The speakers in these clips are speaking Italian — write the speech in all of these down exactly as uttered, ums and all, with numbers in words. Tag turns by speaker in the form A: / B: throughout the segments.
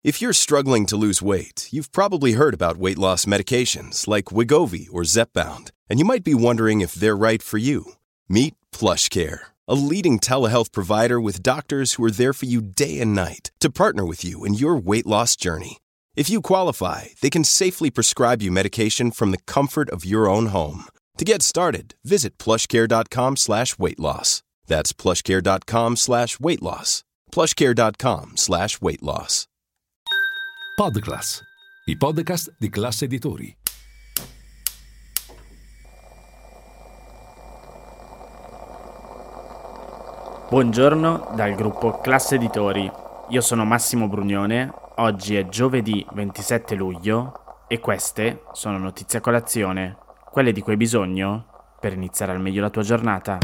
A: If you're struggling to lose weight, you've probably heard about weight loss medications like Wegovy or Zepbound, and you might be wondering if they're right for you. Meet PlushCare, a leading telehealth provider with doctors who are there for you day and night to partner with you in your weight loss journey. If you qualify, they can safely prescribe you medication from the comfort of your own home. To get started, visit plushcare.com slash weight loss. That's plushcare.com slash weight loss. plushcare.com slash weight loss.
B: Podclass, i podcast di Classe Editori.
C: Buongiorno dal gruppo Classe Editori. Io sono Massimo Brugnone. Oggi è giovedì ventisette luglio e queste sono notizie a colazione, quelle di cui hai bisogno per iniziare al meglio la tua giornata.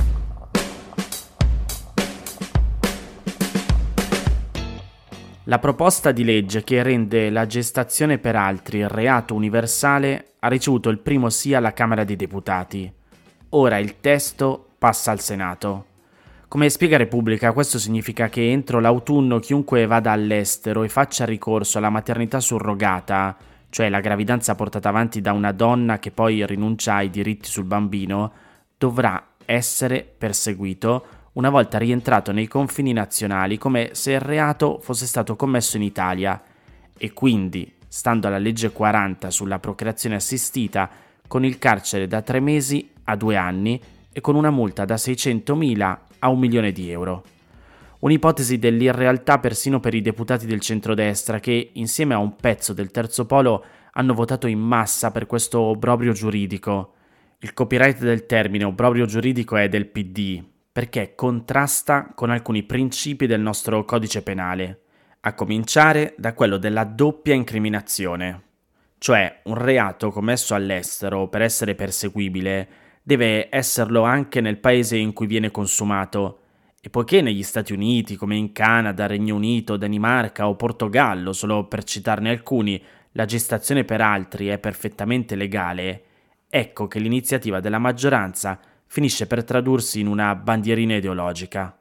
C: La proposta di legge che rende la gestazione per altri reato universale ha ricevuto il primo sì alla Camera dei Deputati. Ora il testo passa al Senato. Come spiega Repubblica, questo significa che entro l'autunno chiunque vada all'estero e faccia ricorso alla maternità surrogata, cioè la gravidanza portata avanti da una donna che poi rinuncia ai diritti sul bambino, dovrà essere perseguito una volta rientrato nei confini nazionali, come se il reato fosse stato commesso in Italia, e quindi, stando alla legge quaranta sulla procreazione assistita, con il carcere da tre mesi a due anni e con una multa da seicentomila a un milione di euro. Un'ipotesi dell'irrealtà persino per i deputati del centrodestra che, insieme a un pezzo del terzo polo, hanno votato in massa per questo obbrobrio giuridico. Il copyright del termine obbrobrio giuridico è del P D, perché contrasta con alcuni principi del nostro codice penale, a cominciare da quello della doppia incriminazione. Cioè, un reato commesso all'estero per essere perseguibile deve esserlo anche nel paese in cui viene consumato, e poiché negli Stati Uniti, come in Canada, Regno Unito, Danimarca o Portogallo, solo per citarne alcuni, la gestazione per altri è perfettamente legale, ecco che l'iniziativa della maggioranza finisce per tradursi in una bandierina ideologica.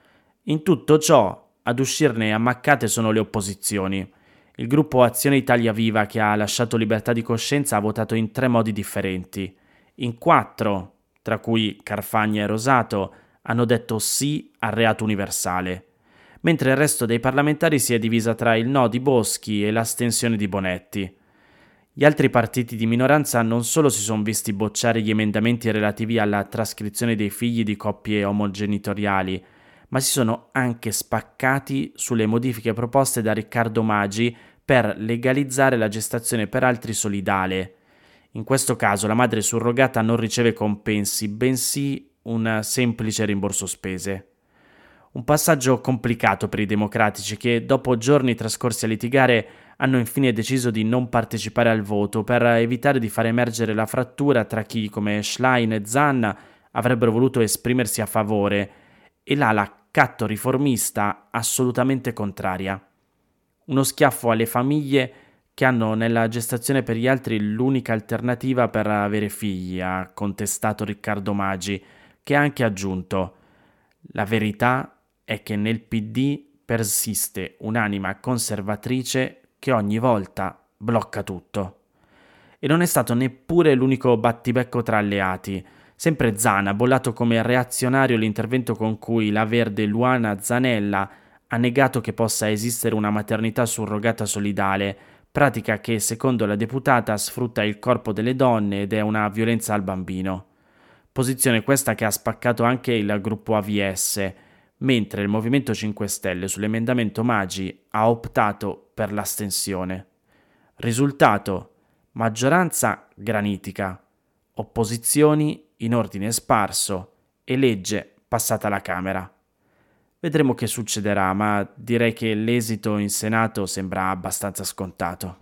C: In tutto ciò, ad uscirne ammaccate sono le opposizioni. Il gruppo Azione Italia Viva, che ha lasciato libertà di coscienza, ha votato in tre modi differenti. In quattro, tra cui Carfagna e Rosato, hanno detto sì al reato universale, mentre il resto dei parlamentari si è divisa tra il no di Boschi e l'astensione di Bonetti. Gli altri partiti di minoranza non solo si sono visti bocciare gli emendamenti relativi alla trascrizione dei figli di coppie omogenitoriali, ma si sono anche spaccati sulle modifiche proposte da Riccardo Maggi per legalizzare la gestazione per altri solidale. In questo caso la madre surrogata non riceve compensi, bensì un semplice rimborso spese. Un passaggio complicato per i democratici che, dopo giorni trascorsi a litigare, hanno infine deciso di non partecipare al voto per evitare di far emergere la frattura tra chi, come Schlein e Zan, avrebbero voluto esprimersi a favore e l'ala catto riformista assolutamente contraria. Uno schiaffo alle famiglie che hanno nella gestazione per gli altri l'unica alternativa per avere figli, ha contestato Riccardo Maggi, che ha anche aggiunto: la verità è che nel P D persiste un'anima conservatrice che ogni volta blocca tutto. E non è stato neppure l'unico battibecco tra alleati. Sempre Zan ha bollato come reazionario l'intervento con cui la verde Luana Zanella ha negato che possa esistere una maternità surrogata solidale, pratica che, secondo la deputata, sfrutta il corpo delle donne ed è una violenza al bambino. Posizione questa che ha spaccato anche il gruppo A V S, mentre il Movimento cinque Stelle sull'emendamento Maggi ha optato per l'astensione. Risultato: maggioranza granitica, opposizioni in ordine sparso e legge passata alla Camera. Vedremo che succederà, ma direi che l'esito in Senato sembra abbastanza scontato.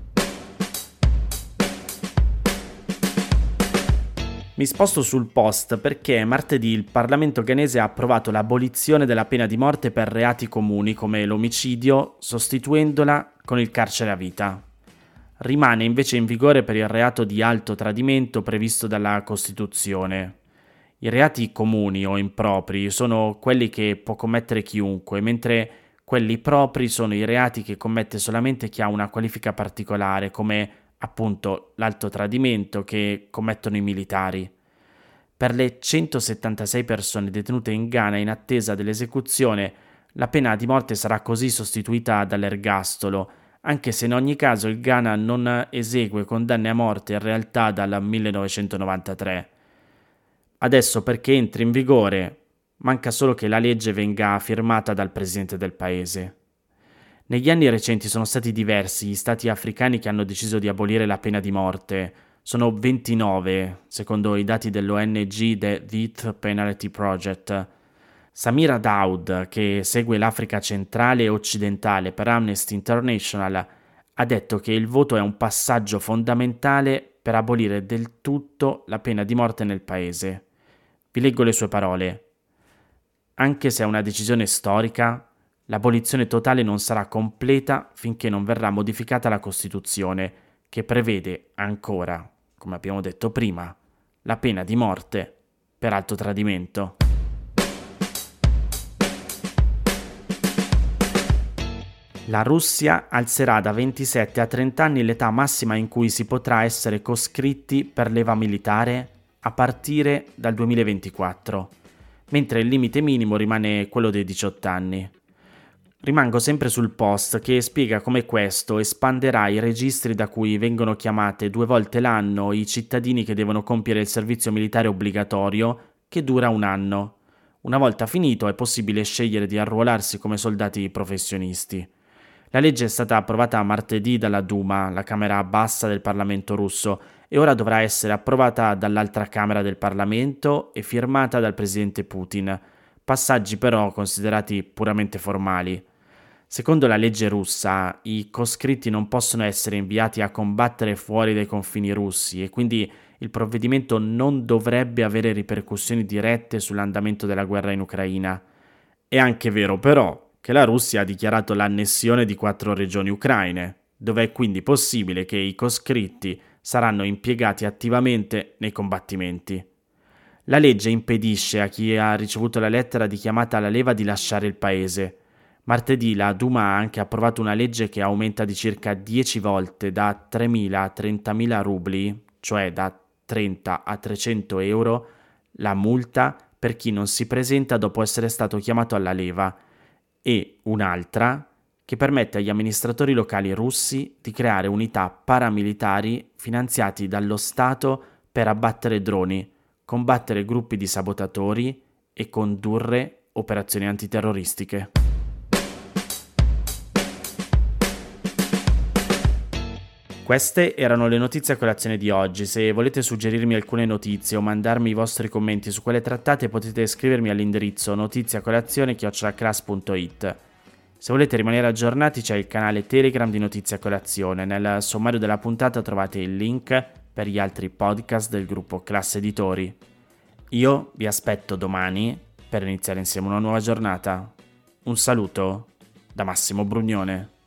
C: Mi sposto sul Post perché martedì il Parlamento ghanese ha approvato l'abolizione della pena di morte per reati comuni come l'omicidio, sostituendola con il carcere a vita. Rimane invece in vigore per il reato di alto tradimento previsto dalla Costituzione. I reati comuni o impropri sono quelli che può commettere chiunque, mentre Quelli propri sono i reati che commette solamente chi ha una qualifica particolare, come appunto l'alto tradimento che commettono i militari. Per le centosettantasei persone detenute in Ghana in attesa dell'esecuzione, la pena di morte sarà così sostituita dall'ergastolo, anche se in ogni caso il Ghana non esegue condanne a morte in realtà dal millenovecentonovantatré. Adesso, perché entri in vigore, manca solo che la legge venga firmata dal presidente del paese. Negli anni recenti sono stati diversi gli stati africani che hanno deciso di abolire la pena di morte. Sono ventinove, secondo i dati dell'O N G The Death Penalty Project. Samira Daud, che segue l'Africa centrale e occidentale per Amnesty International, ha detto che il voto è un passaggio fondamentale per abolire del tutto la pena di morte nel paese. Vi leggo le sue parole. Anche se è una decisione storica, l'abolizione totale non sarà completa finché non verrà modificata la Costituzione, che prevede ancora, come abbiamo detto prima, la pena di morte per alto tradimento. La Russia alzerà da ventisette a trenta anni l'età massima in cui si potrà essere coscritti per leva militare a partire dal duemilaventiquattro, mentre il limite minimo rimane quello dei diciotto anni. Rimango sempre sul post che spiega come questo espanderà i registri da cui vengono chiamate due volte l'anno i cittadini che devono compiere il servizio militare obbligatorio, che dura un anno. Una volta finito è possibile scegliere di arruolarsi come soldati professionisti. La legge è stata approvata martedì dalla Duma, la Camera bassa del Parlamento russo, e ora dovrà essere approvata dall'altra Camera del Parlamento e firmata dal presidente Putin, passaggi però considerati puramente formali. Secondo la legge russa, i coscritti non possono essere inviati a combattere fuori dai confini russi e quindi il provvedimento non dovrebbe avere ripercussioni dirette sull'andamento della guerra in Ucraina. È anche vero però che la Russia ha dichiarato l'annessione di quattro regioni ucraine, dove è quindi possibile che i coscritti saranno impiegati attivamente nei combattimenti. La legge impedisce a chi ha ricevuto la lettera di chiamata alla leva di lasciare il paese. Martedì la Duma ha anche approvato una legge che aumenta di circa dieci volte da tremila a trentamila rubli, cioè da trenta a trecento euro, la multa per chi non si presenta dopo essere stato chiamato alla leva, e un'altra che permette agli amministratori locali russi di creare unità paramilitari finanziati dallo Stato per abbattere droni, combattere gruppi di sabotatori e condurre operazioni antiterroristiche. Queste erano le notizie a colazione di oggi. Se volete suggerirmi alcune notizie o mandarmi i vostri commenti su quelle trattate, potete scrivermi all'indirizzo notiziacolazione chiocciola cras punto it. Se volete rimanere aggiornati c'è il canale Telegram di Notizia Colazione. Nel sommario della puntata trovate il link per gli altri podcast del gruppo Classe Editori. Io vi aspetto domani per iniziare insieme una nuova giornata. Un saluto da Massimo Brugnone.